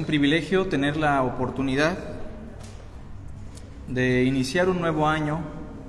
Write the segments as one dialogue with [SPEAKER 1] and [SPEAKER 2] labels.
[SPEAKER 1] privilegio tener la oportunidad de iniciar un nuevo año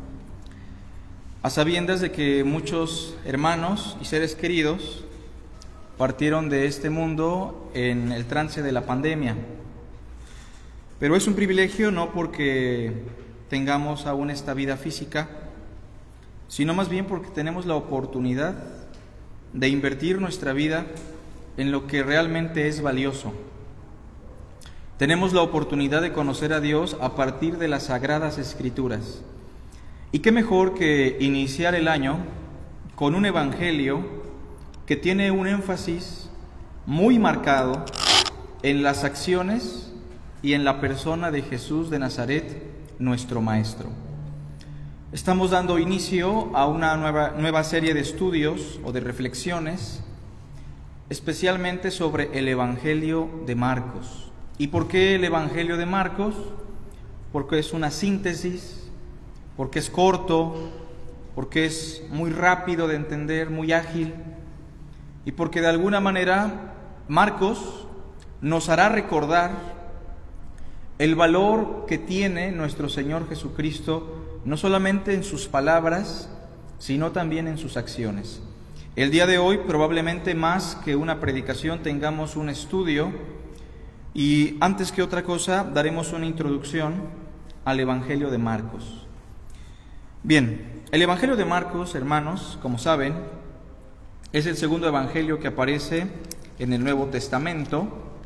[SPEAKER 1] a sabiendas de que muchos hermanos y seres queridos partieron de este mundo en el trance de la pandemia. Pero es un privilegio no porque tengamos aún esta vida física, sino más bien porque tenemos la oportunidad de invertir nuestra vida en lo que realmente es valioso. Tenemos la oportunidad de conocer a Dios a partir de las Sagradas Escrituras. Y qué mejor que iniciar el año con un evangelio que tiene un énfasis muy marcado en las acciones y en la persona de Jesús de Nazaret, nuestro Maestro. Estamos dando inicio a una nueva serie de estudios o de reflexiones, especialmente sobre el Evangelio de Marcos. ¿Y por qué el Evangelio de Marcos? Porque es una síntesis, porque es corto, porque es muy rápido de entender, muy ágil, y porque de alguna manera Marcos nos hará recordar el valor que tiene nuestro Señor Jesucristo, no solamente en sus palabras, sino también en sus acciones. El día de hoy, probablemente más que una predicación, tengamos un estudio, y antes que otra cosa, daremos una introducción al Evangelio de Marcos. Bien, el Evangelio de Marcos, hermanos, como saben, es el segundo evangelio que aparece en el Nuevo Testamento,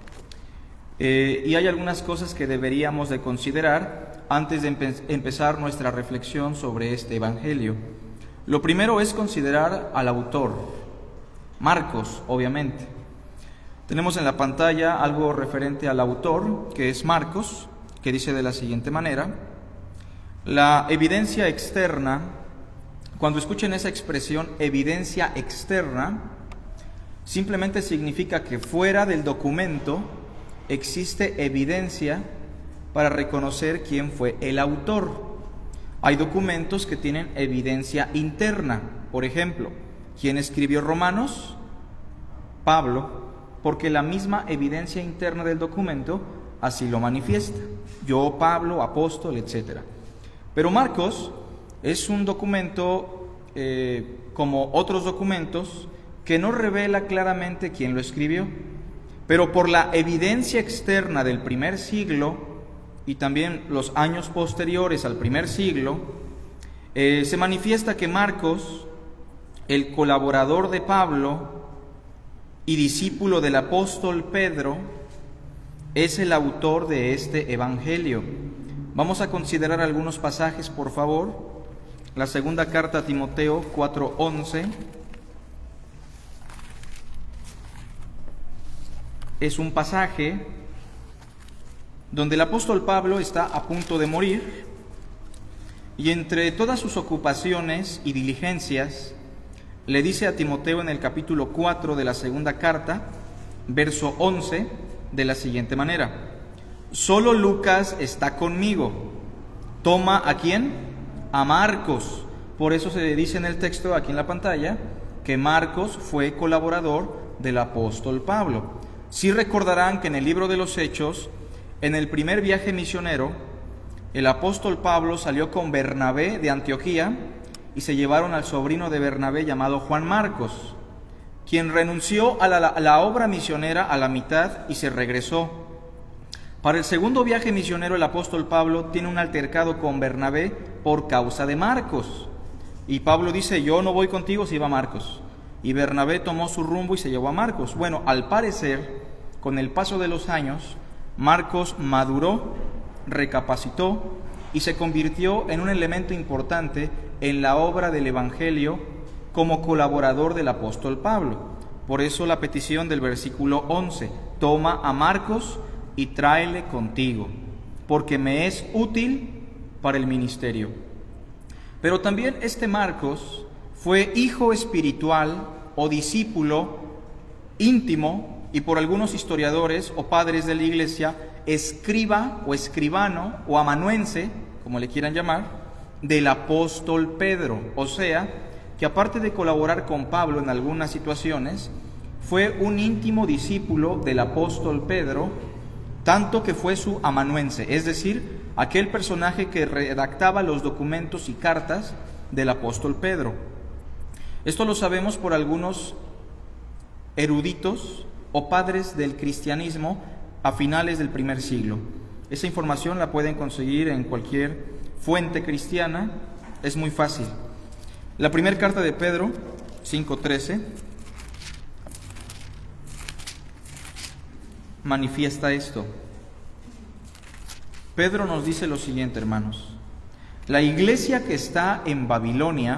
[SPEAKER 1] y hay algunas cosas que deberíamos de considerar antes de empezar nuestra reflexión sobre este evangelio. Lo primero es considerar al autor, Marcos, obviamente. Tenemos en la pantalla algo referente al autor, que es Marcos, que dice de la siguiente manera: la evidencia externa, cuando escuchen esa expresión, evidencia externa, simplemente significa que fuera del documento existe evidencia para reconocer quién fue el autor. Hay documentos que tienen evidencia interna. Por ejemplo, ¿quién escribió Romanos? Pablo, porque la misma evidencia interna del documento así lo manifiesta. Yo, Pablo, apóstol, etc. Pero Marcos es un documento, como otros documentos, que no revela claramente quién lo escribió, pero por la evidencia externa del primer siglo y también los años posteriores al primer siglo, se manifiesta que Marcos, el colaborador de Pablo y discípulo del apóstol Pedro, es el autor de este evangelio. Vamos a considerar algunos pasajes, por favor. La segunda carta a Timoteo 4:11 es un pasaje donde el apóstol Pablo está a punto de morir y entre todas sus ocupaciones y diligencias le dice a Timoteo en el capítulo 4 de la segunda carta, verso 11, de la siguiente manera: solo Lucas está conmigo. Toma ¿a quién? A Marcos. Por eso se le dice en el texto aquí en la pantalla que Marcos fue colaborador del apóstol Pablo. Sí recordarán que en el libro de los Hechos, en el primer viaje misionero, el apóstol Pablo salió con Bernabé de Antioquía y se llevaron al sobrino de Bernabé llamado Juan Marcos, quien renunció a la obra misionera a la mitad y se regresó. Para el segundo viaje misionero, el apóstol Pablo tiene un altercado con Bernabé por causa de Marcos. Y Pablo dice: yo no voy contigo si va Marcos. Y Bernabé tomó su rumbo y se llevó a Marcos. Bueno, al parecer, con el paso de los años, Marcos maduró, recapacitó y se convirtió en un elemento importante en la obra del Evangelio como colaborador del apóstol Pablo. Por eso la petición del versículo 11: toma a Marcos y tráele contigo, porque me es útil para el ministerio. Pero también este Marcos fue hijo espiritual o discípulo íntimo, y por algunos historiadores o padres de la iglesia, escriba o escribano o amanuense, como le quieran llamar, del apóstol Pedro. O sea, que aparte de colaborar con Pablo en algunas situaciones, fue un íntimo discípulo del apóstol Pedro tanto que fue su amanuense, es decir, aquel personaje que redactaba los documentos y cartas del apóstol Pedro. Esto lo sabemos por algunos eruditos o padres del cristianismo a finales del primer siglo. Esa información la pueden conseguir en cualquier fuente cristiana, es muy fácil. La primera carta de Pedro, 5:13, manifiesta esto. Pedro nos dice lo siguiente, hermanos: la iglesia que está en Babilonia,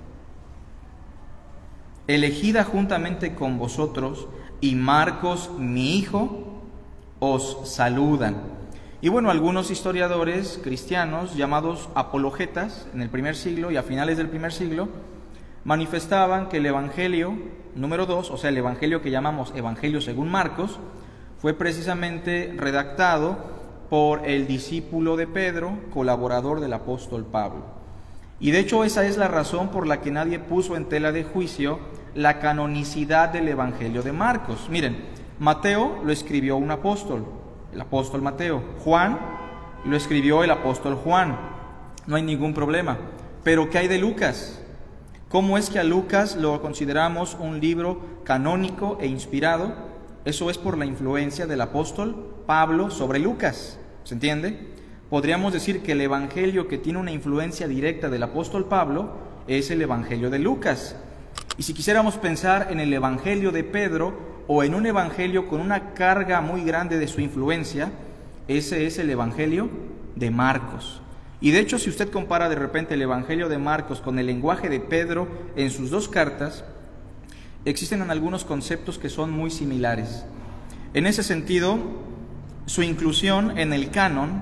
[SPEAKER 1] elegida juntamente con vosotros, y Marcos, mi hijo, os saludan. Y bueno, algunos historiadores cristianos llamados apologetas en el primer siglo y a finales del primer siglo manifestaban que el Evangelio número 2, o sea, el Evangelio que llamamos Evangelio según Marcos, fue precisamente redactado por el discípulo de Pedro, colaborador del apóstol Pablo. Y de hecho esa es la razón por la que nadie puso en tela de juicio la canonicidad del Evangelio de Marcos. Miren, Mateo lo escribió un apóstol, el apóstol Mateo. Juan lo escribió el apóstol Juan. No hay ningún problema. Pero ¿qué hay de Lucas? ¿Cómo es que a Lucas lo consideramos un libro canónico e inspirado? Eso es por la influencia del apóstol Pablo sobre Lucas. ¿Se entiende? Podríamos decir que el evangelio que tiene una influencia directa del apóstol Pablo es el evangelio de Lucas. Y si quisiéramos pensar en el evangelio de Pedro o en un evangelio con una carga muy grande de su influencia, ese es el evangelio de Marcos. Y de hecho, si usted compara de repente el evangelio de Marcos con el lenguaje de Pedro en sus dos cartas, existen algunos conceptos que son muy similares. En ese sentido, su inclusión en el canon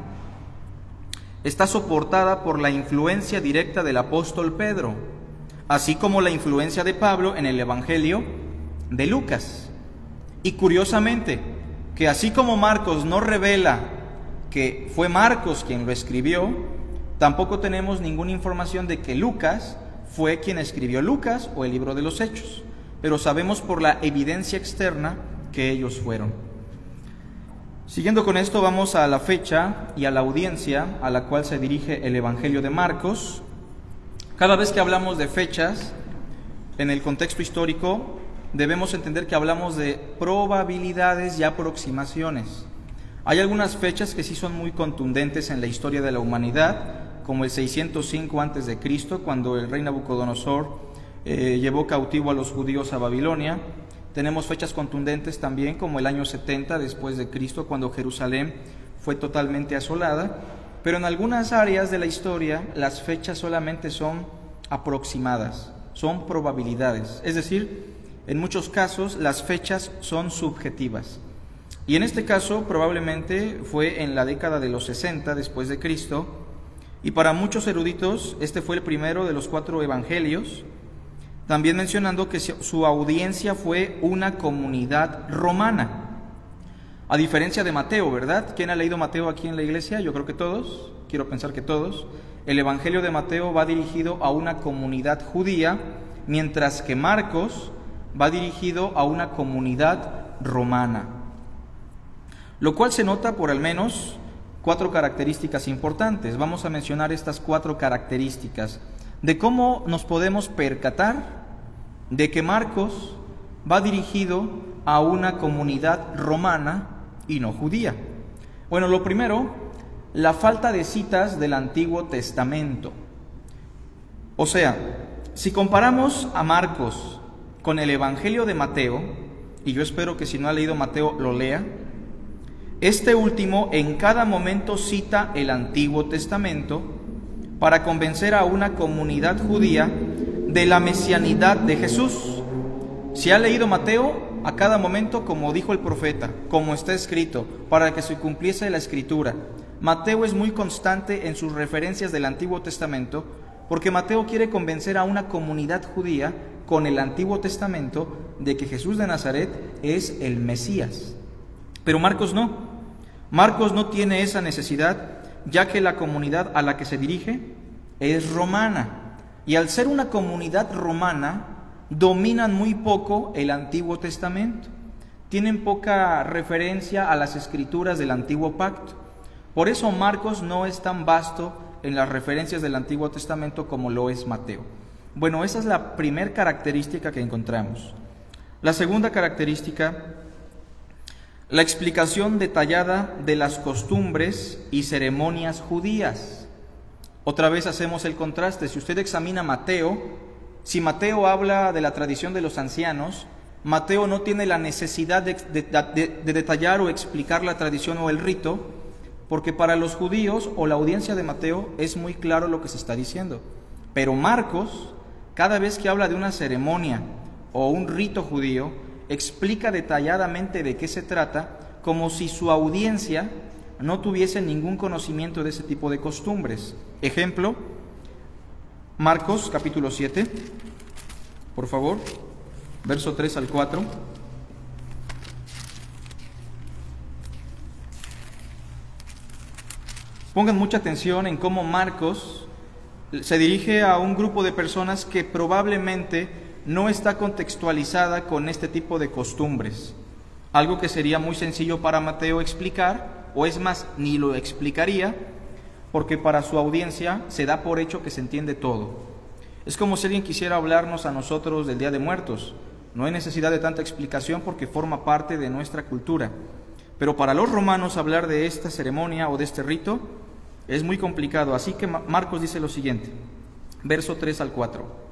[SPEAKER 1] está soportada por la influencia directa del apóstol Pedro, así como la influencia de Pablo en el evangelio de Lucas. Y curiosamente, que así como Marcos no revela que fue Marcos quien lo escribió, tampoco tenemos ninguna información de que Lucas fue quien escribió Lucas o el libro de los Hechos, pero sabemos por la evidencia externa que ellos fueron. Siguiendo con esto, vamos a la fecha y a la audiencia a la cual se dirige el Evangelio de Marcos. Cada vez que hablamos de fechas en el contexto histórico, debemos entender que hablamos de probabilidades y aproximaciones. Hay algunas fechas que sí son muy contundentes en la historia de la humanidad, como el 605 a.C., cuando el rey Nabucodonosor llevó cautivo a los judíos a Babilonia. Tenemos fechas contundentes también, como el año 70 después de Cristo, cuando Jerusalén fue totalmente asolada. Pero en algunas áreas de la historia, las fechas solamente son aproximadas, son probabilidades. Es decir, en muchos casos las fechas son subjetivas. Y en este caso probablemente fue en la década de los 60 después de Cristo, y para muchos eruditos este fue el primero de los 4 evangelios, también mencionando que su audiencia fue una comunidad romana, a diferencia de Mateo, ¿verdad? ¿Quién ha leído Mateo aquí en la iglesia? Yo creo que todos, quiero pensar que todos. El evangelio de Mateo va dirigido a una comunidad judía, mientras que Marcos va dirigido a una comunidad romana, lo cual se nota por al menos 4 características importantes. Vamos a mencionar estas 4 características de cómo nos podemos percatar de que Marcos va dirigido a una comunidad romana y no judía. Bueno, lo primero, la falta de citas del Antiguo Testamento. O sea, si comparamos a Marcos con el Evangelio de Mateo, y yo espero que si no ha leído Mateo lo lea, este último en cada momento cita el Antiguo Testamento para convencer a una comunidad judía de la mesianidad de Jesús. Si ha leído Mateo, a cada momento, como dijo el profeta, como está escrito, para que se cumpliese la Escritura. Mateo es muy constante en sus referencias del Antiguo Testamento, porque Mateo quiere convencer a una comunidad judía con el Antiguo Testamento de que Jesús de Nazaret es el Mesías. Pero Marcos no. Marcos no tiene esa necesidad, ya que la comunidad a la que se dirige es romana. Y al ser una comunidad romana, dominan muy poco el Antiguo Testamento. tienen poca referencia a las escrituras del Antiguo Pacto. Por eso Marcos no es tan vasto en las referencias del Antiguo Testamento como lo es Mateo. Bueno, esa es la primera característica que encontramos. La segunda característica, la explicación detallada de las costumbres y ceremonias judías. Otra vez hacemos el contraste. Si usted examina Mateo, si Mateo habla de la tradición de los ancianos, Mateo no tiene la necesidad de detallar o explicar la tradición o el rito, porque para los judíos o la audiencia de Mateo es muy claro lo que se está diciendo. Pero Marcos, cada vez que habla de una ceremonia o un rito judío, explica detalladamente de qué se trata, como si su audiencia no tuviese ningún conocimiento de ese tipo de costumbres. Ejemplo, Marcos capítulo 7, por favor, verso 3 al 4. Pongan mucha atención en cómo Marcos se dirige a un grupo de personas que probablemente no está contextualizada con este tipo de costumbres. Algo que sería muy sencillo para Mateo explicar, o es más, ni lo explicaría, porque para su audiencia se da por hecho que se entiende todo. Es como si alguien quisiera hablarnos a nosotros del Día de Muertos. No hay necesidad de tanta explicación porque forma parte de nuestra cultura. Pero para los romanos hablar de esta ceremonia o de este rito es muy complicado. Así que Marcos dice lo siguiente, verso 3 al 4.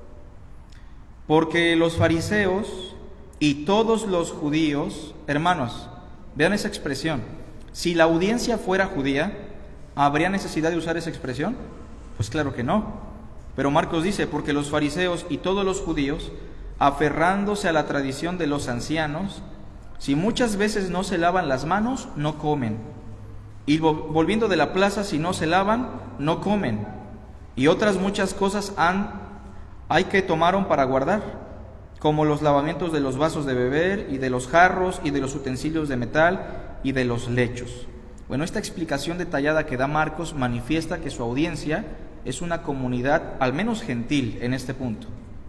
[SPEAKER 1] Porque los fariseos y todos los judíos, hermanos, vean esa expresión, si la audiencia fuera judía, ¿habría necesidad de usar esa expresión? Pues claro que no. Pero Marcos dice, porque los fariseos y todos los judíos, aferrándose a la tradición de los ancianos, si muchas veces no se lavan las manos, no comen. Y volviendo de la plaza, si no se lavan, no comen. Y otras muchas cosas hay que tomaron para guardar, como los lavamientos de los vasos de beber, y de los jarros, y de los utensilios de metal, y de los lechos. Bueno, esta explicación detallada que da Marcos manifiesta que su audiencia es una comunidad, al menos gentil, en este punto.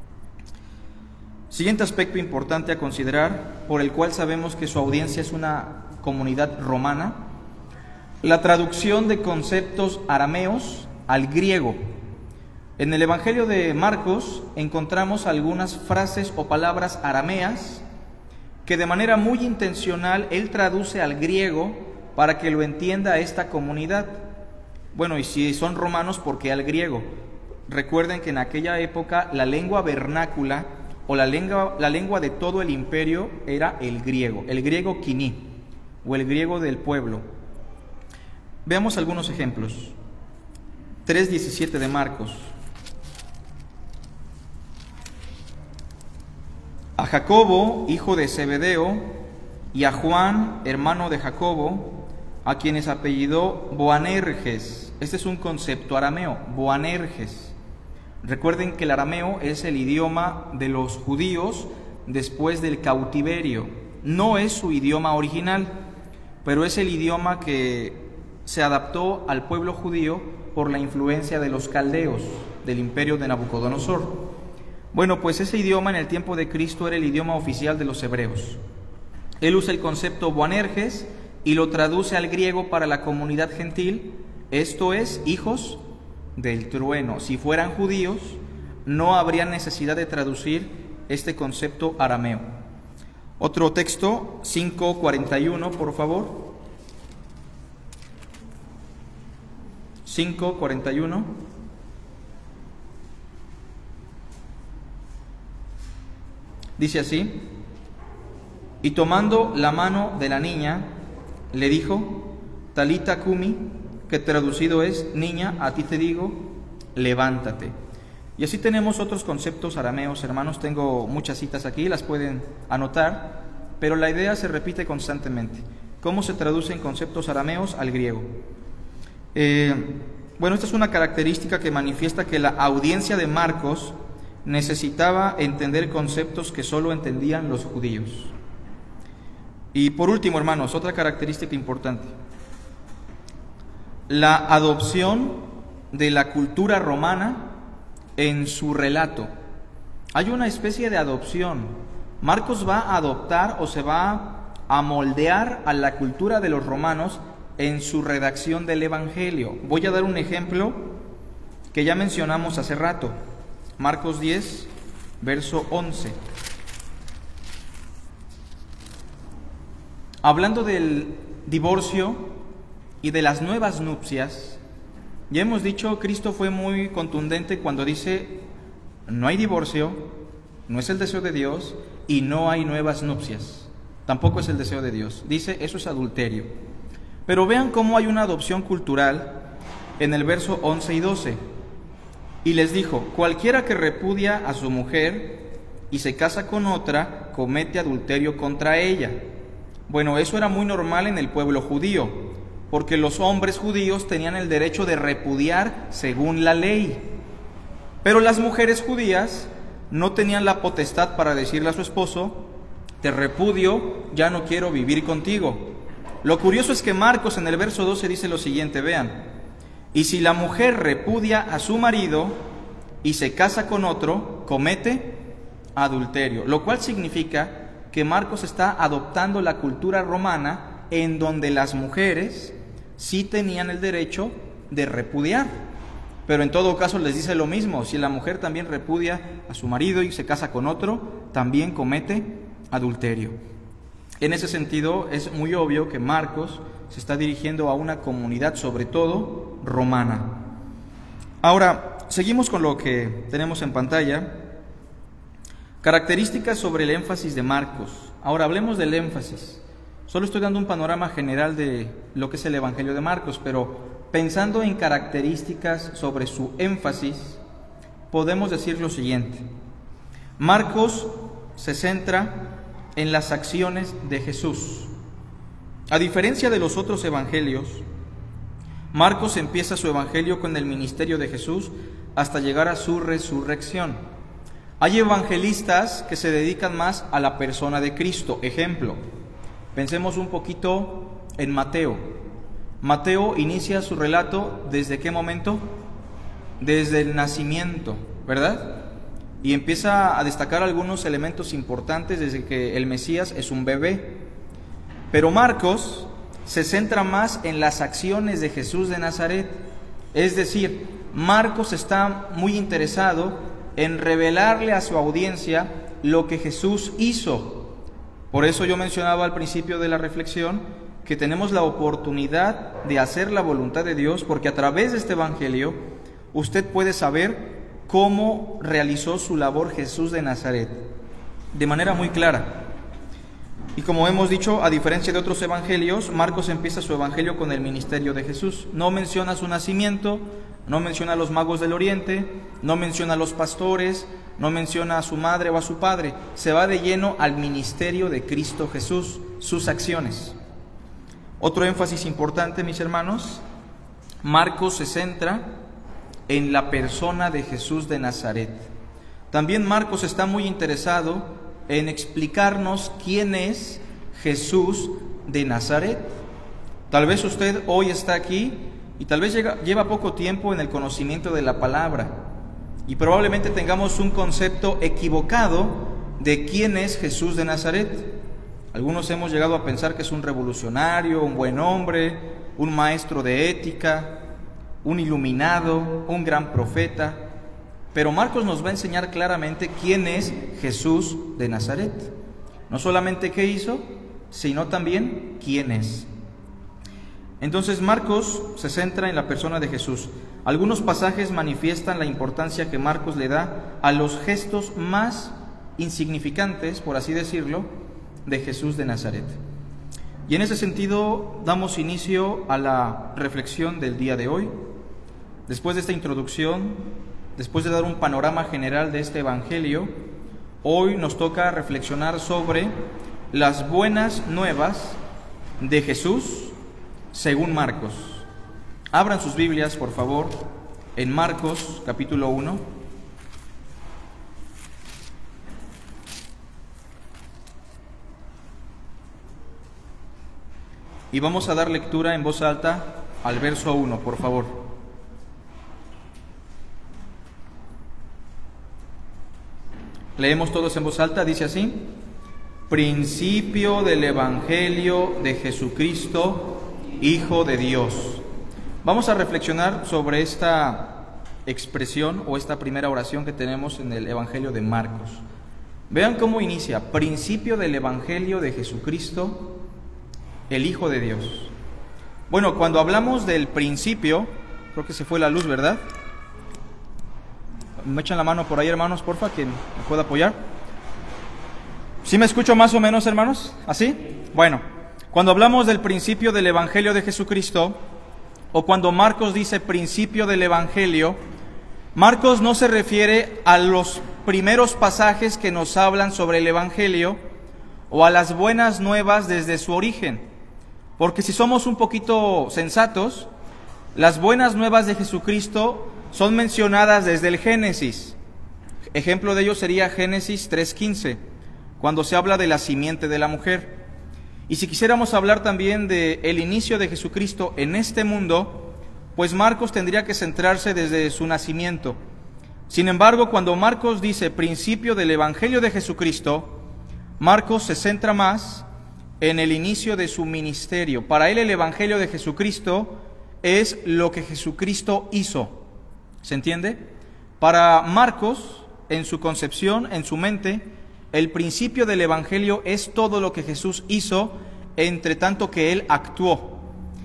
[SPEAKER 1] Siguiente aspecto importante a considerar, por el cual sabemos que su audiencia es una comunidad romana, la traducción de conceptos arameos al griego. En el Evangelio de Marcos encontramos algunas frases o palabras arameas que de manera muy intencional él traduce al griego para que lo entienda esta comunidad. Bueno, y si son romanos, ¿por qué al griego? Recuerden que en aquella época la lengua vernácula o la lengua de todo el imperio era el griego quiní, o el griego del pueblo. Veamos algunos ejemplos. 3:17 de Marcos. A Jacobo, hijo de Zebedeo, y a Juan, hermano de Jacobo, a quienes apellidó Boanerges. Este es un concepto arameo, Boanerges. Recuerden que el arameo es el idioma de los judíos después del cautiverio. No es su idioma original, pero es el idioma que se adaptó al pueblo judío por la influencia de los caldeos, del imperio de Nabucodonosor. Bueno, pues ese idioma en el tiempo de Cristo era el idioma oficial de los hebreos. Él usa el concepto Boanerges y lo traduce al griego para la comunidad gentil, esto es, hijos del trueno. Si fueran judíos, no habría necesidad de traducir este concepto arameo. Otro texto, 5:41, por favor. 5:41. Dice así: y tomando la mano de la niña, le dijo, Talita Cumi, que traducido es, niña, a ti te digo, levántate. Y así tenemos otros conceptos arameos, hermanos. Tengo muchas citas aquí, las pueden anotar, pero la idea se repite constantemente. ¿Cómo se traducen conceptos arameos al griego? Bueno, esta es una característica que manifiesta que la audiencia de Marcos necesitaba entender conceptos que solo entendían los judíos. Y por último, hermanos, otra característica importante: la adopción de la cultura romana en su relato. Hay una especie de adopción. Marcos va a adoptar o se va a moldear a la cultura de los romanos en su redacción del Evangelio. Voy a dar un ejemplo que ya mencionamos hace rato. Marcos 10, verso 11. Hablando del divorcio y de las nuevas nupcias, ya hemos dicho, Cristo fue muy contundente cuando dice: no hay divorcio, no es el deseo de Dios, y no hay nuevas nupcias. Tampoco es el deseo de Dios. Dice, eso es adulterio. Pero vean cómo hay una adopción cultural en el verso 11 y 12. Y les dijo: cualquiera que repudia a su mujer y se casa con otra, comete adulterio contra ella. Bueno, eso era muy normal en el pueblo judío, porque los hombres judíos tenían el derecho de repudiar según la ley. Pero las mujeres judías no tenían la potestad para decirle a su esposo: te repudio, ya no quiero vivir contigo. Lo curioso es que Marcos en el verso 12 dice lo siguiente, vean: y si la mujer repudia a su marido y se casa con otro, comete adulterio. Lo cual significa que Marcos está adoptando la cultura romana, en donde las mujeres sí tenían el derecho de repudiar. Pero en todo caso les dice lo mismo: si la mujer también repudia a su marido y se casa con otro, también comete adulterio. En ese sentido es muy obvio que Marcos se está dirigiendo a una comunidad, sobre todo romana. Ahora, seguimos con lo que tenemos en pantalla. Características sobre el énfasis de Marcos. Ahora hablemos del énfasis. Solo estoy dando un panorama general de lo que es el Evangelio de Marcos, pero pensando en características sobre su énfasis, podemos decir lo siguiente. Marcos se centra en las acciones de Jesús. A diferencia de los otros evangelios, Marcos empieza su evangelio con el ministerio de Jesús hasta llegar a su resurrección. Hay evangelistas que se dedican más a la persona de Cristo. Ejemplo, pensemos un poquito en Mateo. Mateo inicia su relato ¿desde qué momento? Desde el nacimiento, ¿verdad? Y empieza a destacar algunos elementos importantes desde que el Mesías es un bebé. Pero Marcos se centra más en las acciones de Jesús de Nazaret. Es decir, Marcos está muy interesado en revelarle a su audiencia lo que Jesús hizo. Por eso yo mencionaba al principio de la reflexión que tenemos la oportunidad de hacer la voluntad de Dios, porque a través de este evangelio usted puede saber cómo realizó su labor Jesús de Nazaret de manera muy clara. Y como hemos dicho, a diferencia de otros evangelios, Marcos empieza su evangelio con el ministerio de Jesús. No menciona su nacimiento, no menciona a los magos del oriente, no menciona a los pastores, no menciona a su madre o a su padre. Se va de lleno al ministerio de Cristo Jesús, sus acciones. Otro énfasis importante, mis hermanos, Marcos se centra en la persona de Jesús de Nazaret. También Marcos está muy interesado en explicarnos quién es Jesús de Nazaret. Tal vez usted hoy está aquí y tal vez lleva poco tiempo en el conocimiento de la palabra y probablemente tengamos un concepto equivocado de quién es Jesús de Nazaret. Algunos hemos llegado a pensar que es un revolucionario, un buen hombre, un maestro de ética, un iluminado, un gran profeta. Pero Marcos nos va a enseñar claramente quién es Jesús de Nazaret. No solamente qué hizo, sino también quién es. Entonces Marcos se centra en la persona de Jesús. Algunos pasajes manifiestan la importancia que Marcos le da a los gestos más insignificantes, por así decirlo, de Jesús de Nazaret. Y en ese sentido damos inicio a la reflexión del día de hoy. Después de esta introducción, después de dar un panorama general de este evangelio, hoy nos toca reflexionar sobre las buenas nuevas de Jesús según Marcos. Abran sus Biblias, por favor, en Marcos capítulo 1. Y vamos a dar lectura en voz alta al verso 1, por favor. Leemos todos en voz alta, dice así: principio del Evangelio de Jesucristo, Hijo de Dios. Vamos a reflexionar sobre esta expresión o esta primera oración que tenemos en el Evangelio de Marcos. Vean cómo inicia: principio del Evangelio de Jesucristo, el Hijo de Dios. Bueno, cuando hablamos del principio, creo que se fue la luz, ¿verdad? Me echan la mano por ahí, hermanos, porfa, que me pueda apoyar. ¿Sí me escucho más o menos, hermanos? ¿Así? Bueno, cuando hablamos del principio del Evangelio de Jesucristo, o cuando Marcos dice principio del Evangelio, Marcos no se refiere a los primeros pasajes que nos hablan sobre el Evangelio o a las buenas nuevas desde su origen. Porque si somos un poquito sensatos, las buenas nuevas de Jesucristo son mencionadas desde el Génesis. Ejemplo de ello sería Génesis 3:15, cuando se habla de la simiente de la mujer. Y si quisiéramos hablar también del inicio de Jesucristo en este mundo, pues Marcos tendría que centrarse desde su nacimiento. Sin embargo, cuando Marcos dice principio del Evangelio de Jesucristo, Marcos se centra más en el inicio de su ministerio. Para él el Evangelio de Jesucristo es lo que Jesucristo hizo. ¿Se entiende? Para Marcos, en su concepción, en su mente, el principio del Evangelio es todo lo que Jesús hizo, entre tanto que Él actuó.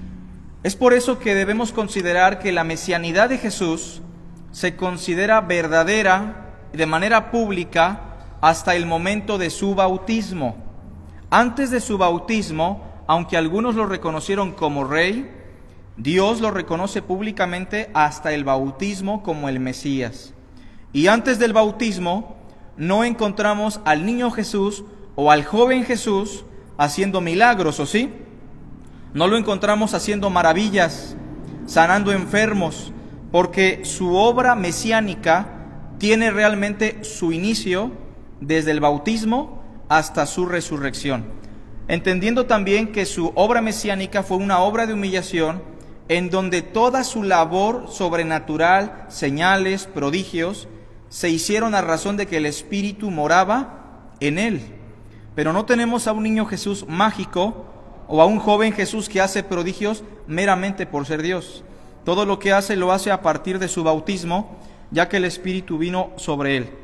[SPEAKER 1] Es por eso que debemos considerar que la mesianidad de Jesús se considera verdadera de manera pública hasta el momento de su bautismo. Antes de su bautismo, aunque algunos lo reconocieron como rey, Dios lo reconoce públicamente hasta el bautismo como el Mesías. Y antes del bautismo, no encontramos al niño Jesús o al joven Jesús haciendo milagros, ¿o sí? No lo encontramos haciendo maravillas, sanando enfermos, porque su obra mesiánica tiene realmente su inicio desde el bautismo hasta su resurrección. Entendiendo también que su obra mesiánica fue una obra de humillación, en donde toda su labor sobrenatural, señales, prodigios, se hicieron a razón de que el Espíritu moraba en él. Pero no tenemos a un niño Jesús mágico o a un joven Jesús que hace prodigios meramente por ser Dios. Todo lo que hace lo hace a partir de su bautismo, ya que el Espíritu vino sobre él.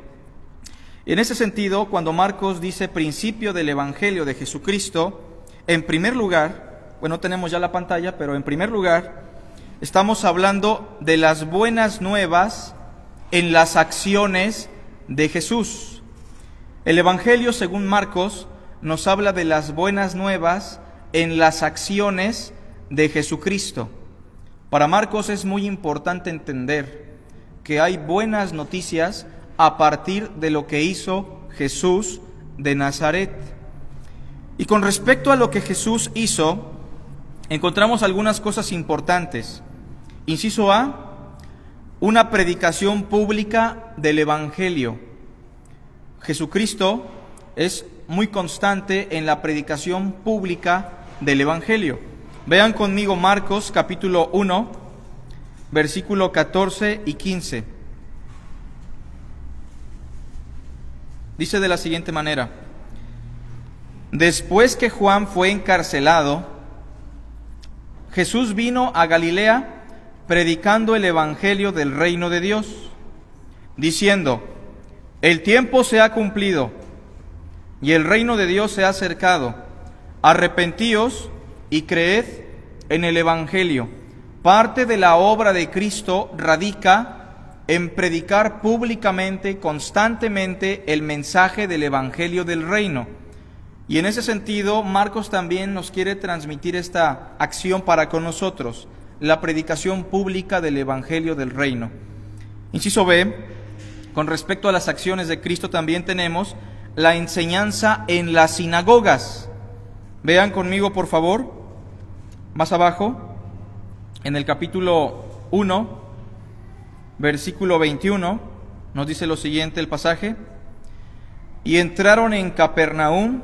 [SPEAKER 1] En ese sentido, cuando Marcos dice principio del Evangelio de Jesucristo, en primer lugar, bueno, tenemos ya la pantalla, pero en primer lugar, estamos hablando de las buenas nuevas en las acciones de Jesús. El Evangelio, según Marcos, nos habla de las buenas nuevas en las acciones de Jesucristo. Para Marcos es muy importante entender que hay buenas noticias a partir de lo que hizo Jesús de Nazaret. Y con respecto a lo que Jesús hizo, encontramos algunas cosas importantes. Inciso A, una predicación pública del Evangelio. Jesucristo es muy constante en la predicación pública del Evangelio. Vean conmigo Marcos capítulo 1, versículo 14 y 15. Dice de la siguiente manera: después que Juan fue encarcelado, Jesús vino a Galilea predicando el Evangelio del reino de Dios, diciendo: el tiempo se ha cumplido y el reino de Dios se ha acercado. Arrepentíos y creed en el Evangelio. Parte de la obra de Cristo radica en predicar públicamente, constantemente, el mensaje del Evangelio del reino. Y en ese sentido, Marcos también nos quiere transmitir esta acción para con nosotros, la predicación pública del Evangelio del reino. Inciso B, con respecto a las acciones de Cristo también tenemos la enseñanza en las sinagogas. Vean conmigo, por favor, más abajo, en el capítulo 1, versículo 21, nos dice lo siguiente el pasaje: y entraron en Capernaum,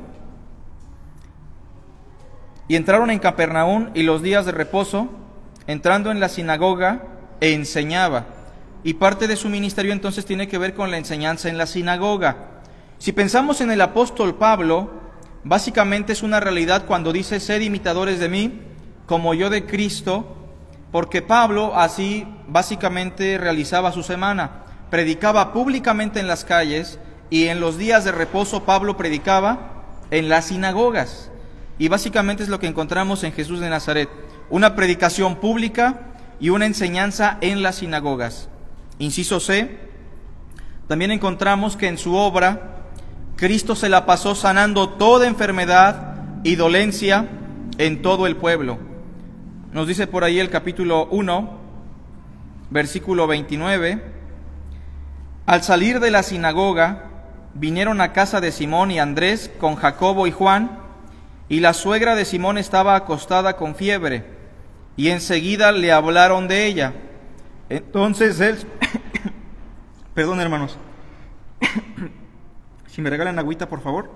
[SPEAKER 1] y los días de reposo, entrando en la sinagoga, enseñaba. Y parte de su ministerio entonces tiene que ver con la enseñanza en la sinagoga. Si pensamos en el apóstol Pablo, básicamente es una realidad cuando dice: sed imitadores de mí, como yo de Cristo, porque Pablo así básicamente realizaba su semana. Predicaba públicamente en las calles, y en los días de reposo Pablo predicaba en las sinagogas. Y básicamente es lo que encontramos en Jesús de Nazaret: una predicación pública y una enseñanza en las sinagogas. Inciso C, también encontramos que en su obra Cristo se la pasó sanando toda enfermedad y dolencia en todo el pueblo. Nos dice por ahí el capítulo 1, versículo 29: al salir de la sinagoga, vinieron a casa de Simón y Andrés con Jacobo y Juan, y la suegra de Simón estaba acostada con fiebre, y enseguida le hablaron de ella. Entonces él, perdón hermanos, si me regalan agüita por favor.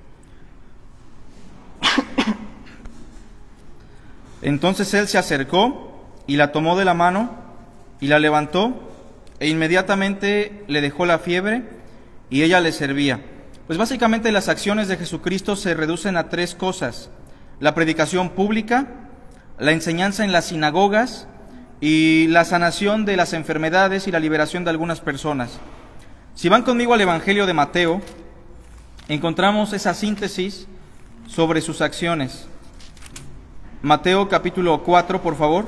[SPEAKER 1] Entonces él se acercó y la tomó de la mano y la levantó, e inmediatamente le dejó la fiebre y ella le servía. Pues básicamente las acciones de Jesucristo se reducen a tres cosas: la predicación pública, la enseñanza en las sinagogas y la sanación de las enfermedades y la liberación de algunas personas. Si van conmigo al Evangelio de Mateo, encontramos esa síntesis sobre sus acciones. Mateo capítulo 4, por favor.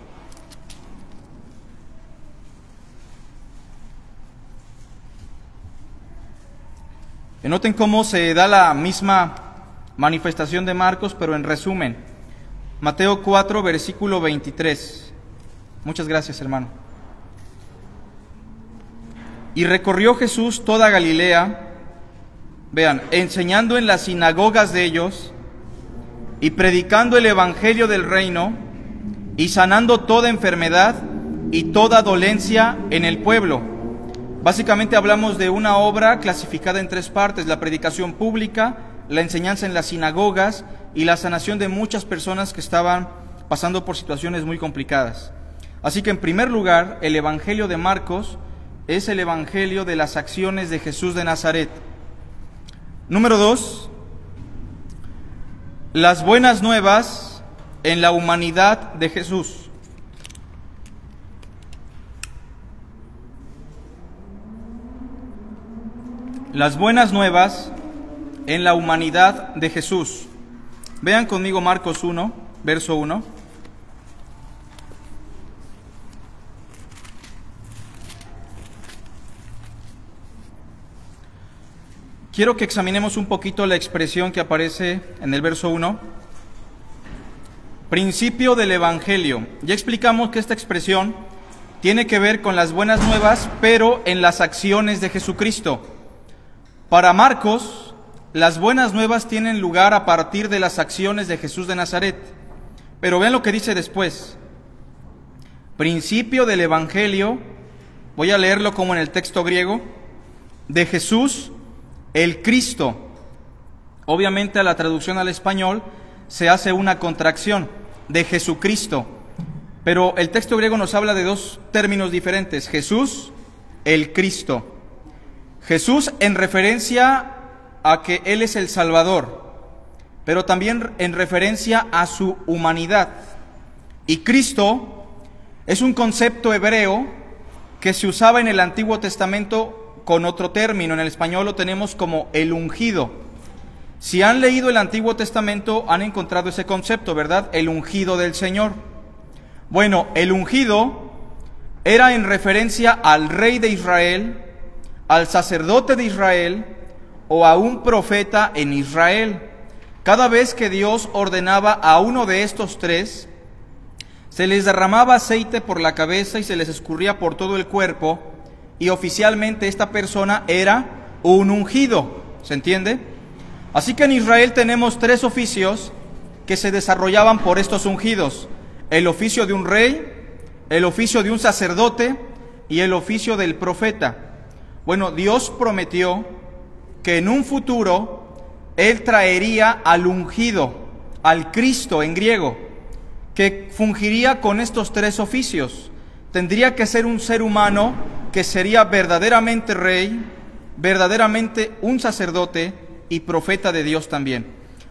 [SPEAKER 1] Noten cómo se da la misma manifestación de Marcos, pero en resumen. Mateo 4, versículo 23. Muchas gracias, hermano. Y recorrió Jesús toda Galilea, vean, enseñando en las sinagogas de ellos, y predicando el evangelio del reino, y sanando toda enfermedad y toda dolencia en el pueblo. Básicamente hablamos de una obra clasificada en tres partes: la predicación pública, la enseñanza en las sinagogas y la sanación de muchas personas que estaban pasando por situaciones muy complicadas. Así que en primer lugar, el Evangelio de Marcos es el Evangelio de las acciones de Jesús de Nazaret. Número 2, las buenas nuevas en la humanidad de Jesús. Las buenas nuevas en la humanidad de Jesús. Vean conmigo Marcos 1, verso 1. Quiero que examinemos un poquito la expresión que aparece en el verso 1. Principio del Evangelio. Ya explicamos que esta expresión tiene que ver con las buenas nuevas, pero en las acciones de Jesucristo. Para Marcos, las buenas nuevas tienen lugar a partir de las acciones de Jesús de Nazaret. Pero vean lo que dice después. Principio del Evangelio, voy a leerlo como en el texto griego, de Jesús el Cristo. Obviamente a la traducción al español se hace una contracción, de Jesucristo. Pero el texto griego nos habla de dos términos diferentes: Jesús, el Cristo. Jesús en referencia a que Él es el Salvador, pero también en referencia a su humanidad. Y Cristo es un concepto hebreo que se usaba en el Antiguo Testamento con otro término. En el español lo tenemos como el ungido. Si han leído el Antiguo Testamento, han encontrado ese concepto, ¿verdad? El ungido del Señor. Bueno, el ungido era en referencia al rey de Israel, al sacerdote de Israel o a un profeta en Israel. Cada vez que Dios ordenaba a uno de estos tres, se les derramaba aceite por la cabeza y se les escurría por todo el cuerpo, y oficialmente esta persona era un ungido. ¿Se entiende? Así que en Israel tenemos tres oficios que se desarrollaban por estos ungidos: el oficio de un rey, el oficio de un sacerdote y el oficio del profeta. Bueno, Dios prometió que en un futuro Él traería al ungido, al Cristo en griego, que fungiría con estos tres oficios. Tendría que ser un ser humano que sería verdaderamente rey, verdaderamente un sacerdote y profeta de Dios también.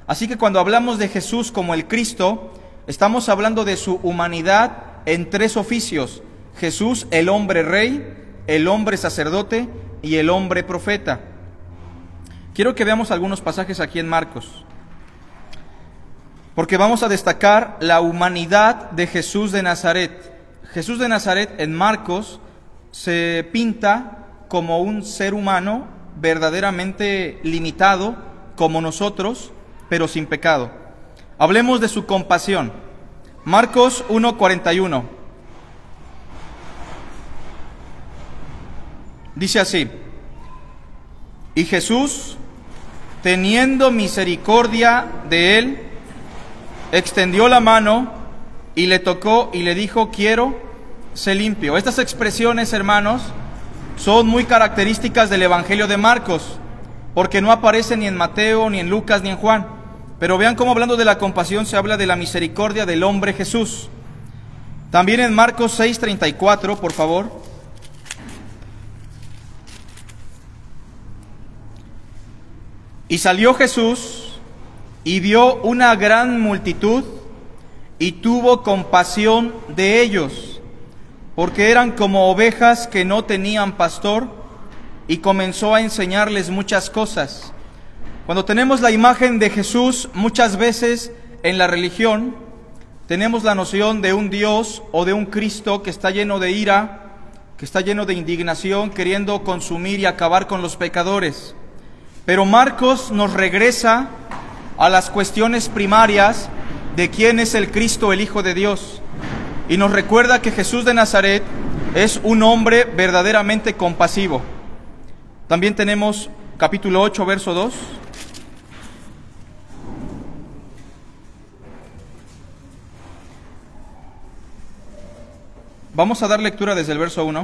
[SPEAKER 1] Así que cuando hablamos de Jesús como el Cristo, estamos hablando de su humanidad en tres oficios: Jesús, el hombre rey, el hombre sacerdote y el hombre profeta. Quiero que veamos algunos pasajes aquí en Marcos, porque vamos a destacar la humanidad de Jesús de Nazaret. Jesús de Nazaret en Marcos se pinta como un ser humano verdaderamente limitado, como nosotros, pero sin pecado. Hablemos de su compasión. Marcos 1:41. Dice así: y Jesús, teniendo misericordia de él, extendió la mano y le tocó y le dijo: quiero, sé limpio. Estas expresiones, hermanos, son muy características del Evangelio de Marcos, porque no aparecen ni en Mateo, ni en Lucas, ni en Juan. Pero vean cómo, hablando de la compasión, se habla de la misericordia del hombre Jesús. También en Marcos 6:34, por favor. Y salió Jesús y vio una gran multitud y tuvo compasión de ellos, porque eran como ovejas que no tenían pastor, y comenzó a enseñarles muchas cosas. Cuando tenemos la imagen de Jesús, muchas veces en la religión tenemos la noción de un Dios o de un Cristo que está lleno de ira, que está lleno de indignación, queriendo consumir y acabar con los pecadores. Pero Marcos nos regresa a las cuestiones primarias de quién es el Cristo, el Hijo de Dios, y nos recuerda que Jesús de Nazaret es un hombre verdaderamente compasivo. También tenemos capítulo 8, verso 2. Vamos a dar lectura desde el verso 1.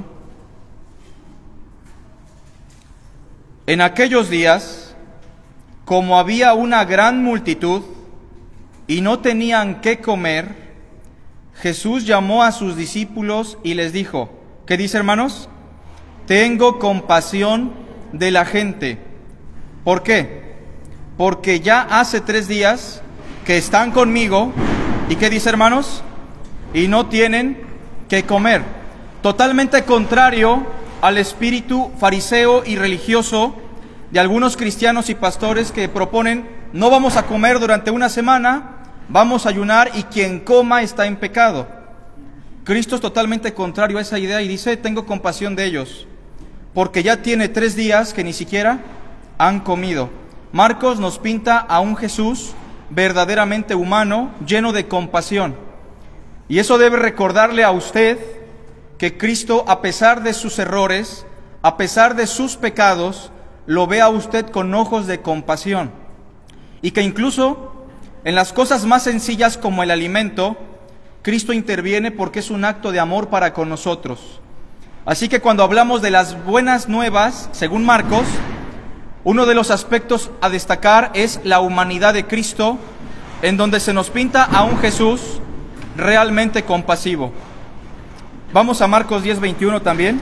[SPEAKER 1] En aquellos días, como había una gran multitud y no tenían qué comer, Jesús llamó a sus discípulos y les dijo, ¿qué dice, hermanos? Tengo compasión de la gente. ¿Por qué? Porque ya hace 3 días que están conmigo, ¿y qué dice, hermanos? Y no tienen que comer. Totalmente contrario al espíritu fariseo y religioso de algunos cristianos y pastores que proponen: no vamos a comer durante una semana, vamos a ayunar y quien coma está en pecado. Cristo es totalmente contrario a esa idea y dice: tengo compasión de ellos, porque ya tiene 3 días que ni siquiera han comido. Marcos nos pinta a un Jesús verdaderamente humano, lleno de compasión. Y eso debe recordarle a usted que Cristo, a pesar de sus errores, a pesar de sus pecados, lo ve a usted con ojos de compasión. Y que incluso en las cosas más sencillas como el alimento, Cristo interviene porque es un acto de amor para con nosotros. Así que cuando hablamos de las buenas nuevas, según Marcos, uno de los aspectos a destacar es la humanidad de Cristo, en donde se nos pinta a un Jesús realmente compasivo. Vamos a Marcos 10:21 también.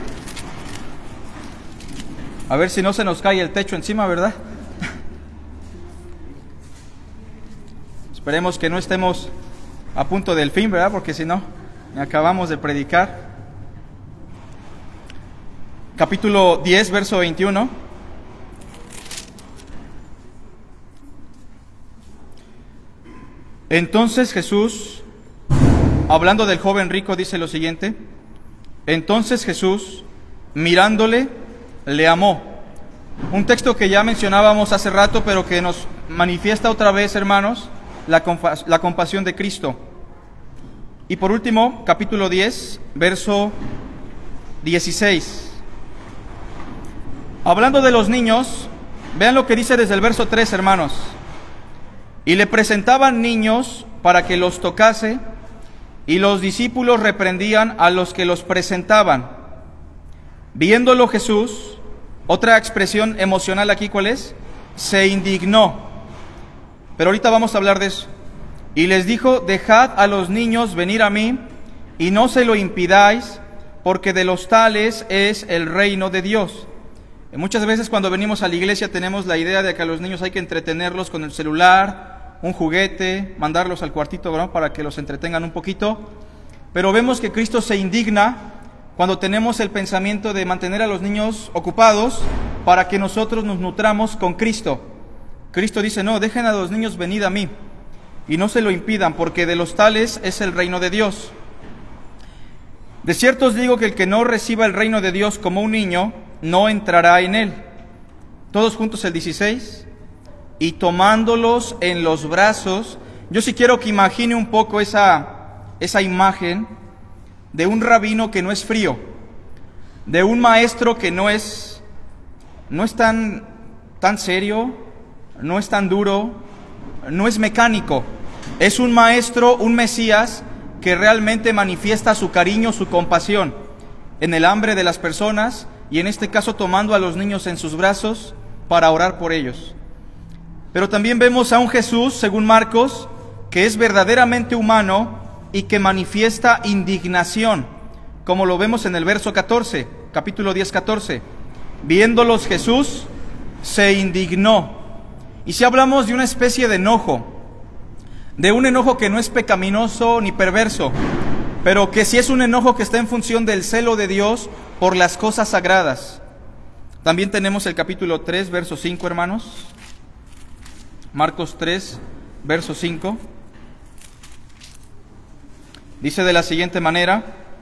[SPEAKER 1] A ver si no se nos cae el techo encima, ¿verdad? Esperemos que no estemos a punto del fin, ¿verdad? Porque si no, acabamos de predicar. Capítulo 10, verso 21. Entonces Jesús, hablando del joven rico, dice lo siguiente: entonces Jesús, mirándole, le amó. Un texto que ya mencionábamos hace rato, pero que nos manifiesta otra vez, hermanos, la compasión de Cristo. Y por último, capítulo 10, verso 16. Hablando de los niños, vean lo que dice desde el verso 3, hermanos. Y le presentaban niños para que los tocase, y los discípulos reprendían a los que los presentaban. Viéndolo Jesús, otra expresión emocional aquí, ¿cuál es? Se indignó. Pero ahorita vamos a hablar de eso. Y les dijo: dejad a los niños venir a mí, y no se lo impidáis, porque de los tales es el reino de Dios. Muchas veces cuando venimos a la iglesia tenemos la idea de que a los niños hay que entretenerlos con el celular, un juguete, mandarlos al cuartito, ¿no?, para que los entretengan un poquito. Pero vemos que Cristo se indigna cuando tenemos el pensamiento de mantener a los niños ocupados para que nosotros nos nutramos con Cristo. Cristo dice: no, dejen a los niños venid a mí y no se lo impidan, porque de los tales es el reino de Dios. De cierto os digo que el que no reciba el reino de Dios como un niño, no entrará en él. Todos juntos el 16. Y tomándolos en los brazos, yo sí quiero que imagine un poco esa imagen de un rabino que no es frío, de un maestro que no es tan serio, no es tan duro, no es mecánico. Es un maestro, un Mesías, que realmente manifiesta su cariño, su compasión en el hambre de las personas, y en este caso tomando a los niños en sus brazos para orar por ellos. Pero también vemos a un Jesús, según Marcos, que es verdaderamente humano y que manifiesta indignación, como lo vemos en el verso 14, capítulo 10, 14. Viéndolos Jesús se indignó. Y si hablamos de una especie de enojo, de un enojo que no es pecaminoso ni perverso, pero que sí es un enojo que está en función del celo de Dios por las cosas sagradas. También tenemos el capítulo 3, verso 5, hermanos. Marcos 3, verso 5. Dice de la siguiente manera: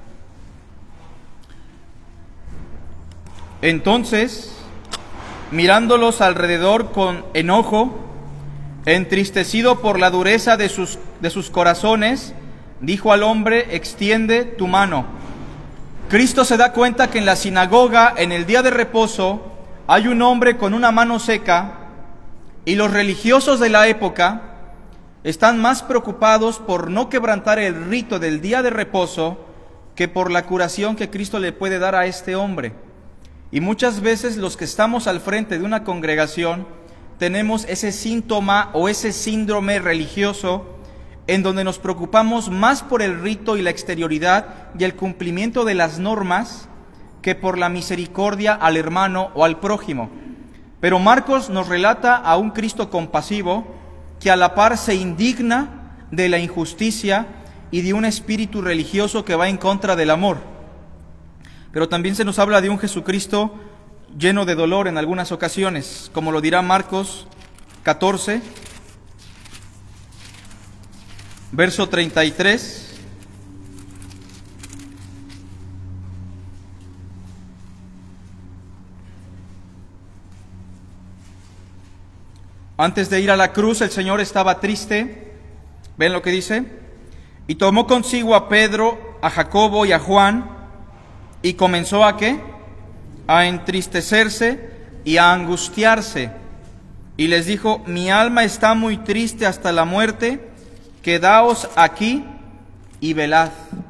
[SPEAKER 1] entonces, mirándolos alrededor con enojo, entristecido por la dureza de sus corazones, dijo al hombre: extiende tu mano. Cristo se da cuenta que en la sinagoga, en el día de reposo, hay un hombre con una mano seca, y los religiosos de la época están más preocupados por no quebrantar el rito del día de reposo que por la curación que Cristo le puede dar a este hombre. Y muchas veces los que estamos al frente de una congregación tenemos ese síntoma o ese síndrome religioso en donde nos preocupamos más por el rito y la exterioridad y el cumplimiento de las normas que por la misericordia al hermano o al prójimo. Pero Marcos nos relata a un Cristo compasivo que a la par se indigna de la injusticia y de un espíritu religioso que va en contra del amor. Pero también se nos habla de un Jesucristo lleno de dolor en algunas ocasiones, como lo dirá Marcos 14, verso 33. Antes de ir a la cruz, el Señor estaba triste. ¿Ven lo que dice? Y tomó consigo a Pedro, a Jacobo y a Juan, y comenzó ¿a qué? A entristecerse y a angustiarse. Y les dijo: mi alma está muy triste hasta la muerte, quedaos aquí y velad.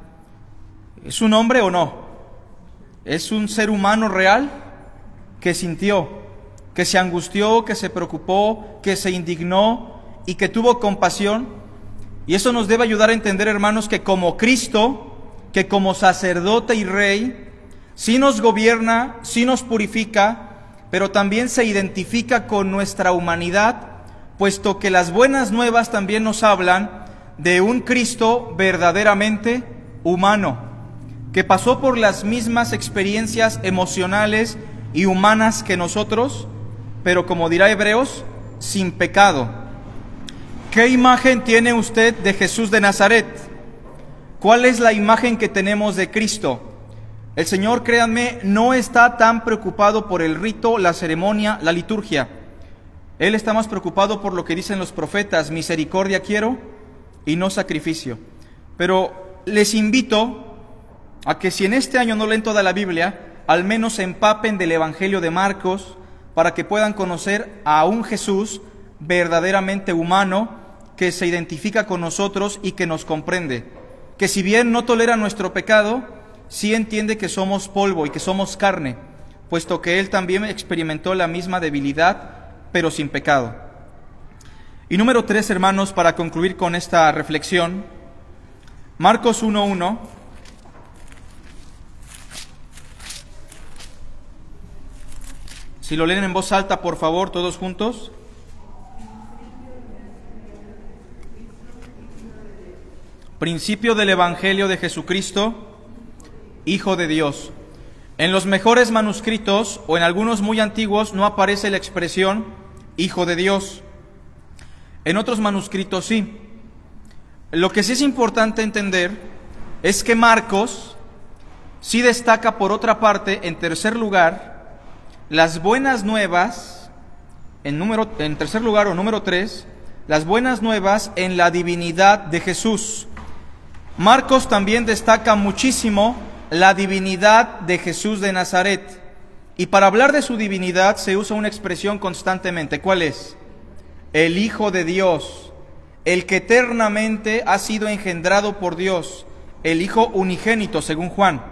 [SPEAKER 1] ¿Es un hombre o no? ¿Es un ser humano real que sintió, que se angustió, que se preocupó, que se indignó y que tuvo compasión? Y eso nos debe ayudar a entender, hermanos, que como Cristo, que como sacerdote y rey, sí nos gobierna, sí nos purifica, pero también se identifica con nuestra humanidad, puesto que las buenas nuevas también nos hablan de un Cristo verdaderamente humano, que pasó por las mismas experiencias emocionales y humanas que nosotros, pero como dirá Hebreos, sin pecado. ¿Qué imagen tiene usted de Jesús de Nazaret? ¿Cuál es la imagen que tenemos de Cristo? El Señor, créanme, no está tan preocupado por el rito, la ceremonia, la liturgia. Él está más preocupado por lo que dicen los profetas: misericordia quiero y no sacrificio. Pero les invito a que, si en este año no leen toda la Biblia, al menos se empapen del Evangelio de Marcos, para que puedan conocer a un Jesús verdaderamente humano, que se identifica con nosotros y que nos comprende, que si bien no tolera nuestro pecado, sí entiende que somos polvo y que somos carne, puesto que Él también experimentó la misma debilidad, pero sin pecado. Y número 3, hermanos, para concluir con esta reflexión, Marcos 1:1. Si lo leen en voz alta, por favor, todos juntos. Principio del Evangelio de Jesucristo, Hijo de Dios. En los mejores manuscritos, o en algunos muy antiguos, no aparece la expresión Hijo de Dios. En otros manuscritos sí. Lo que sí es importante entender es que Marcos sí destaca, por otra parte, en tercer lugar, las buenas nuevas, en tercer lugar o número 3, las buenas nuevas en la divinidad de Jesús. Marcos también destaca muchísimo la divinidad de Jesús de Nazaret. Y para hablar de su divinidad se usa una expresión constantemente. ¿Cuál es? El Hijo de Dios, el que eternamente ha sido engendrado por Dios, el Hijo unigénito, según Juan.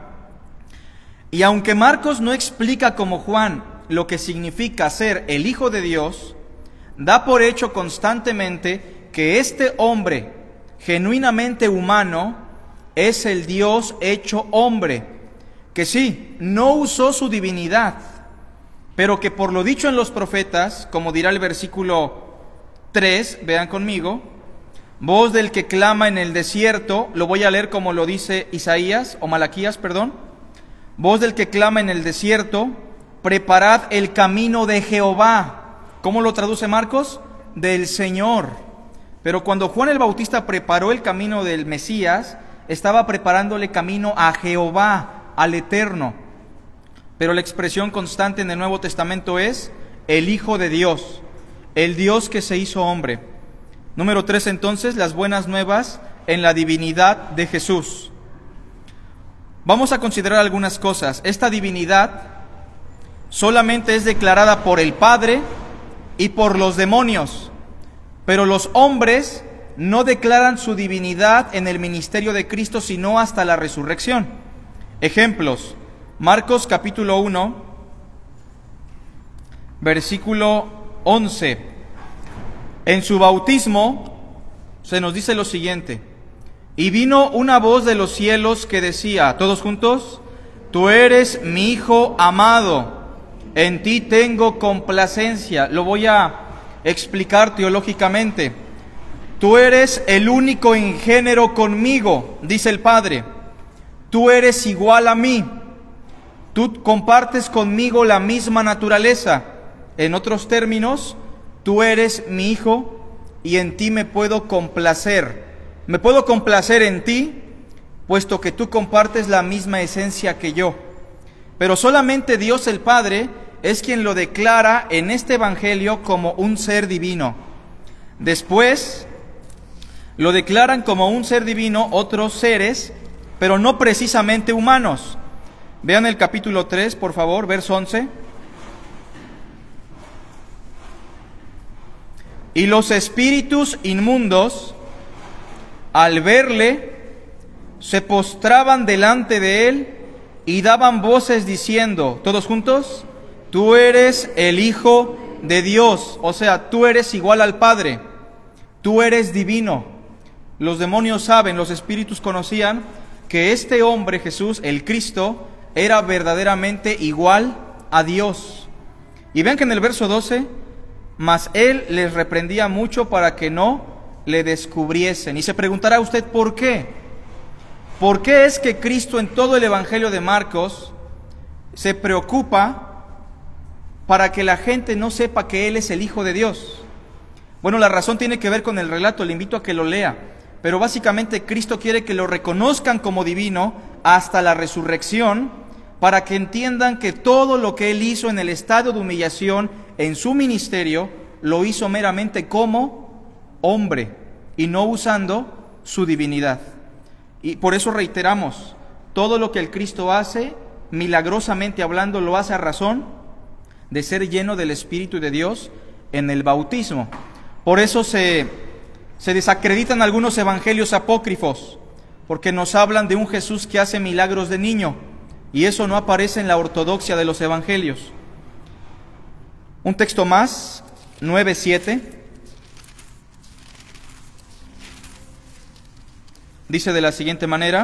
[SPEAKER 1] Y aunque Marcos no explica como Juan lo que significa ser el Hijo de Dios, da por hecho constantemente que este hombre genuinamente humano es el Dios hecho hombre, que sí, no usó su divinidad, pero que por lo dicho en los profetas, como dirá el versículo 3, vean conmigo, voz del que clama en el desierto, lo voy a leer como lo dice Isaías, o Malaquías, perdón, voz del que clama en el desierto, preparad el camino de Jehová. ¿Cómo lo traduce Marcos? Del Señor. Pero cuando Juan el Bautista preparó el camino del Mesías, estaba preparándole camino a Jehová, al Eterno. Pero la expresión constante en el Nuevo Testamento es el Hijo de Dios, el Dios que se hizo hombre. Número 3, entonces, las buenas nuevas en la divinidad de Jesús. Vamos a considerar algunas cosas. Esta divinidad solamente es declarada por el Padre y por los demonios. Pero los hombres no declaran su divinidad en el ministerio de Cristo sino hasta la resurrección. Ejemplos: Marcos capítulo 1, versículo 11. En su bautismo se nos dice lo siguiente: y vino una voz de los cielos que decía, todos juntos, tú eres mi Hijo amado, en ti tengo complacencia. Lo voy a explicar teológicamente. Tú eres el único en género conmigo, dice el Padre. Tú eres igual a mí. Tú compartes conmigo la misma naturaleza. En otros términos, tú eres mi Hijo y en ti me puedo complacer. Me puedo complacer en ti, puesto que tú compartes la misma esencia que yo. Pero solamente Dios el Padre es quien lo declara en este Evangelio como un ser divino. Después lo declaran como un ser divino otros seres, pero no precisamente humanos. Vean el capítulo 3, por favor, verso 11. Y los espíritus inmundos, al verle, se postraban delante de él y daban voces diciendo, todos juntos, tú eres el Hijo de Dios, o sea, tú eres igual al Padre, tú eres divino. Los demonios saben, los espíritus conocían que este hombre Jesús, el Cristo, era verdaderamente igual a Dios. Y vean que en el verso 12, mas él les reprendía mucho para que no le descubriesen. Y se preguntará usted, ¿por qué? ¿Por qué es que Cristo en todo el Evangelio de Marcos se preocupa para que la gente no sepa que Él es el Hijo de Dios? Bueno, la razón tiene que ver con el relato, le invito a que lo lea. Pero básicamente Cristo quiere que lo reconozcan como divino hasta la resurrección, para que entiendan que todo lo que Él hizo en el estado de humillación en su ministerio, lo hizo meramente como hombre y no usando su divinidad. Y por eso reiteramos, todo lo que el Cristo hace, milagrosamente hablando, lo hace a razón de ser lleno del Espíritu de Dios en el bautismo. Por eso se desacreditan algunos evangelios apócrifos, porque nos hablan de un Jesús que hace milagros de niño, y eso no aparece en la ortodoxia de los evangelios. Un texto más, 9:7, dice de la siguiente manera: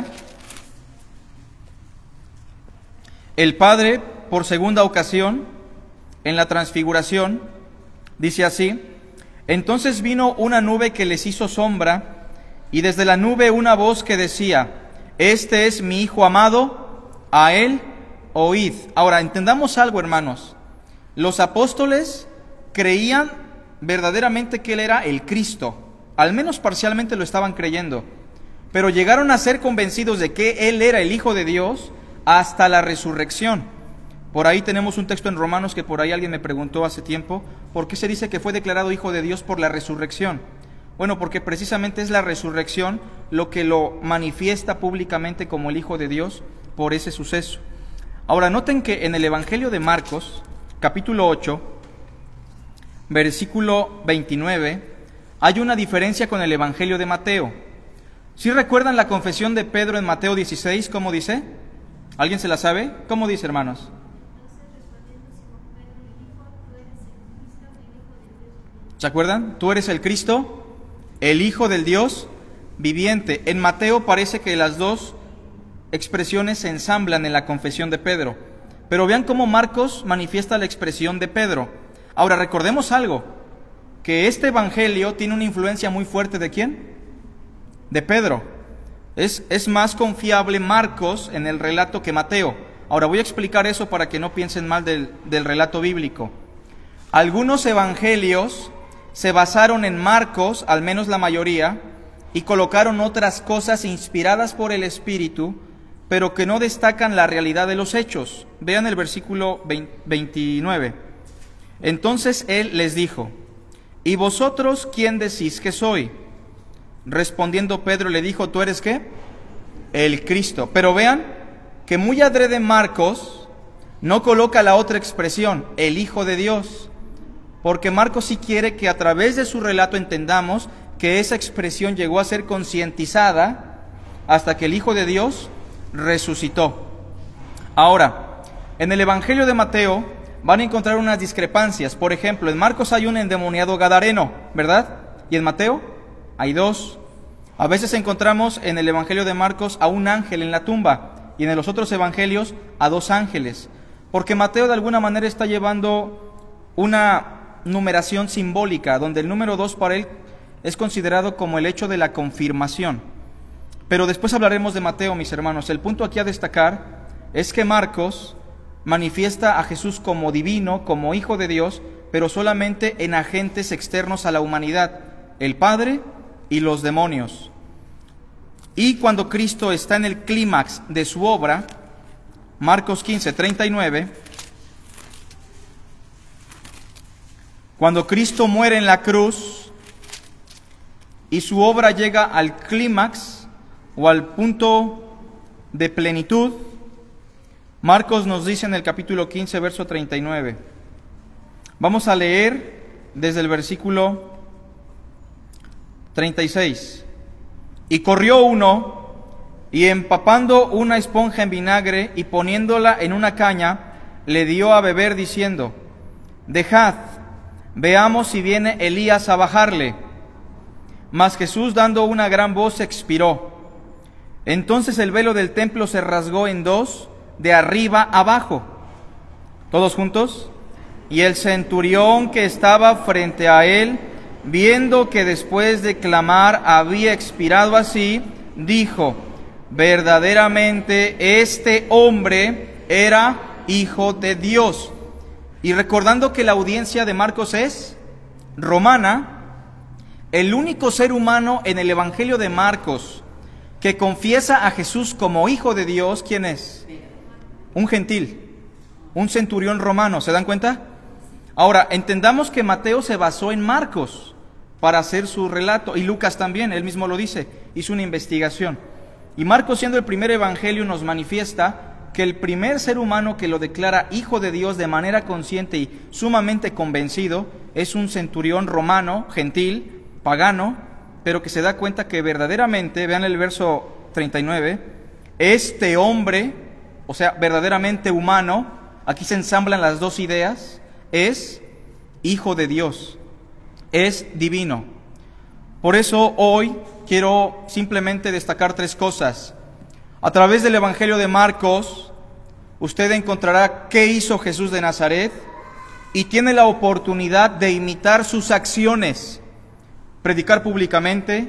[SPEAKER 1] el Padre, por segunda ocasión, en la transfiguración, dice así: entonces vino una nube que les hizo sombra, y desde la nube una voz que decía: este es mi Hijo amado, a él oíd. Ahora, entendamos algo, hermanos. Los apóstoles creían verdaderamente que él era el Cristo, al menos parcialmente lo estaban creyendo, pero llegaron a ser convencidos de que él era el Hijo de Dios hasta la resurrección. Por ahí tenemos un texto en Romanos que por ahí alguien me preguntó hace tiempo: ¿por qué se dice que fue declarado Hijo de Dios por la resurrección? Bueno, porque precisamente es la resurrección lo que lo manifiesta públicamente como el Hijo de Dios por ese suceso. Ahora, noten que en el Evangelio de Marcos, capítulo 8, versículo 29, hay una diferencia con el Evangelio de Mateo. ¿Sí recuerdan la confesión de Pedro en Mateo 16? ¿Cómo dice? ¿Alguien se la sabe? ¿Cómo dice, hermanos? ¿Se acuerdan? Tú eres el Cristo, el Hijo del Dios viviente. En Mateo parece que las dos expresiones se ensamblan en la confesión de Pedro. Pero vean cómo Marcos manifiesta la expresión de Pedro. Ahora, recordemos algo, que este evangelio tiene una influencia muy fuerte ¿de quién? De Pedro. Es más confiable Marcos en el relato que Mateo. Ahora voy a explicar eso para que no piensen mal del relato bíblico. Algunos evangelios se basaron en Marcos, al menos la mayoría, y colocaron otras cosas inspiradas por el Espíritu, pero que no destacan la realidad de los hechos. Vean el versículo 29. Entonces él les dijo: ¿y vosotros quién decís que soy? Respondiendo Pedro le dijo: ¿tú eres qué? El Cristo. Pero vean que muy adrede Marcos no coloca la otra expresión, el Hijo de Dios, porque Marcos sí quiere que a través de su relato entendamos que esa expresión llegó a ser concientizada hasta que el Hijo de Dios resucitó. Ahora, en el Evangelio de Mateo van a encontrar unas discrepancias. Por ejemplo, en Marcos hay un endemoniado gadareno, ¿verdad? Y en Mateo hay dos. A veces encontramos en el Evangelio de Marcos a un ángel en la tumba y en los otros evangelios a dos ángeles, porque Mateo de alguna manera está llevando una numeración simbólica, donde el número 2 para él es considerado como el hecho de la confirmación. Pero después hablaremos de Mateo, mis hermanos. El punto aquí a destacar es que Marcos manifiesta a Jesús como divino, como Hijo de Dios, pero solamente en agentes externos a la humanidad, el Padre y los demonios. Y cuando Cristo está en el clímax de su obra, Marcos 15:39, cuando Cristo muere en la cruz y su obra llega al clímax o al punto de plenitud, Marcos nos dice en el capítulo 15, verso 39. Vamos a leer desde el versículo 36. Y corrió uno, y empapando una esponja en vinagre y poniéndola en una caña, le dio a beber diciendo: dejad, veamos si viene Elías a bajarle. Mas Jesús, dando una gran voz, expiró. Entonces el velo del templo se rasgó en dos, de arriba abajo. ¿Todos juntos? Y el centurión que estaba frente a él, viendo que después de clamar había expirado así, dijo: verdaderamente este hombre era Hijo de Dios. Y recordando que la audiencia de Marcos es romana, el único ser humano en el Evangelio de Marcos que confiesa a Jesús como Hijo de Dios, ¿quién es? Un gentil, un centurión romano, ¿se dan cuenta? Ahora, entendamos que Mateo se basó en Marcos para hacer su relato, y Lucas también, él mismo lo dice, hizo una investigación. Y Marcos, siendo el primer evangelio, nos manifiesta que el primer ser humano que lo declara Hijo de Dios de manera consciente y sumamente convencido es un centurión romano, gentil, pagano, pero que se da cuenta que verdaderamente, vean el verso 39, este hombre, o sea, verdaderamente humano, aquí se ensamblan las dos ideas, es Hijo de Dios, es divino. Por eso hoy quiero simplemente destacar tres cosas. A través del Evangelio de Marcos, usted encontrará qué hizo Jesús de Nazaret y tiene la oportunidad de imitar sus acciones, predicar públicamente,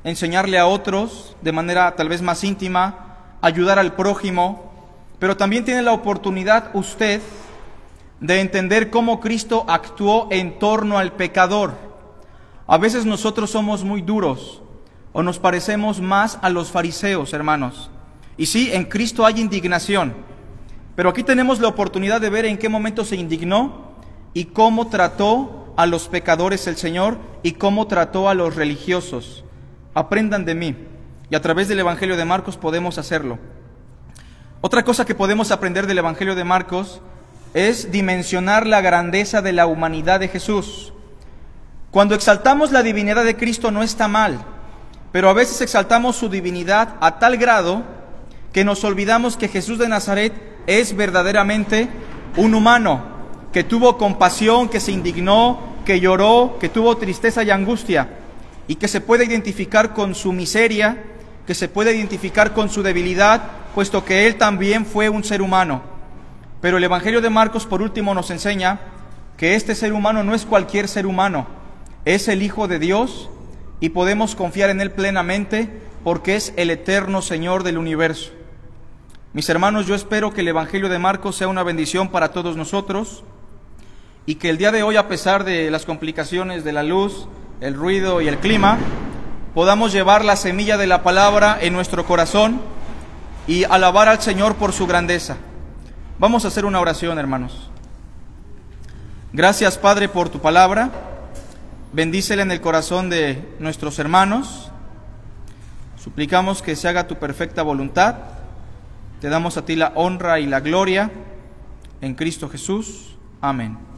[SPEAKER 1] enseñarle a otros de manera tal vez más íntima, ayudar al prójimo, pero también tiene la oportunidad usted de entender cómo Cristo actuó en torno al pecador. A veces nosotros somos muy duros o nos parecemos más a los fariseos, hermanos. Y sí, en Cristo hay indignación, pero aquí tenemos la oportunidad de ver en qué momento se indignó y cómo trató a los pecadores el Señor y cómo trató a los religiosos. Aprendan de mí, y a través del Evangelio de Marcos podemos hacerlo. Otra cosa que podemos aprender del Evangelio de Marcos es dimensionar la grandeza de la humanidad de Jesús. Cuando exaltamos la divinidad de Cristo no está mal, pero a veces exaltamos su divinidad a tal grado que nos olvidamos que Jesús de Nazaret es verdaderamente un humano, que tuvo compasión, que se indignó, que lloró, que tuvo tristeza y angustia, y que se puede identificar con su miseria, que se puede identificar con su debilidad, puesto que Él también fue un ser humano. Pero el Evangelio de Marcos, por último, nos enseña que este ser humano no es cualquier ser humano, es el Hijo de Dios, y podemos confiar en Él plenamente, porque es el eterno Señor del universo. Mis hermanos, yo espero que el Evangelio de Marcos sea una bendición para todos nosotros, y que el día de hoy, a pesar de las complicaciones de la luz, el ruido y el clima, podamos llevar la semilla de la palabra en nuestro corazón y alabar al Señor por su grandeza. Vamos a hacer una oración, hermanos. Gracias, Padre, por tu palabra. Bendícela en el corazón de nuestros hermanos. Suplicamos que se haga tu perfecta voluntad. Te damos a ti la honra y la gloria en Cristo Jesús. Amén.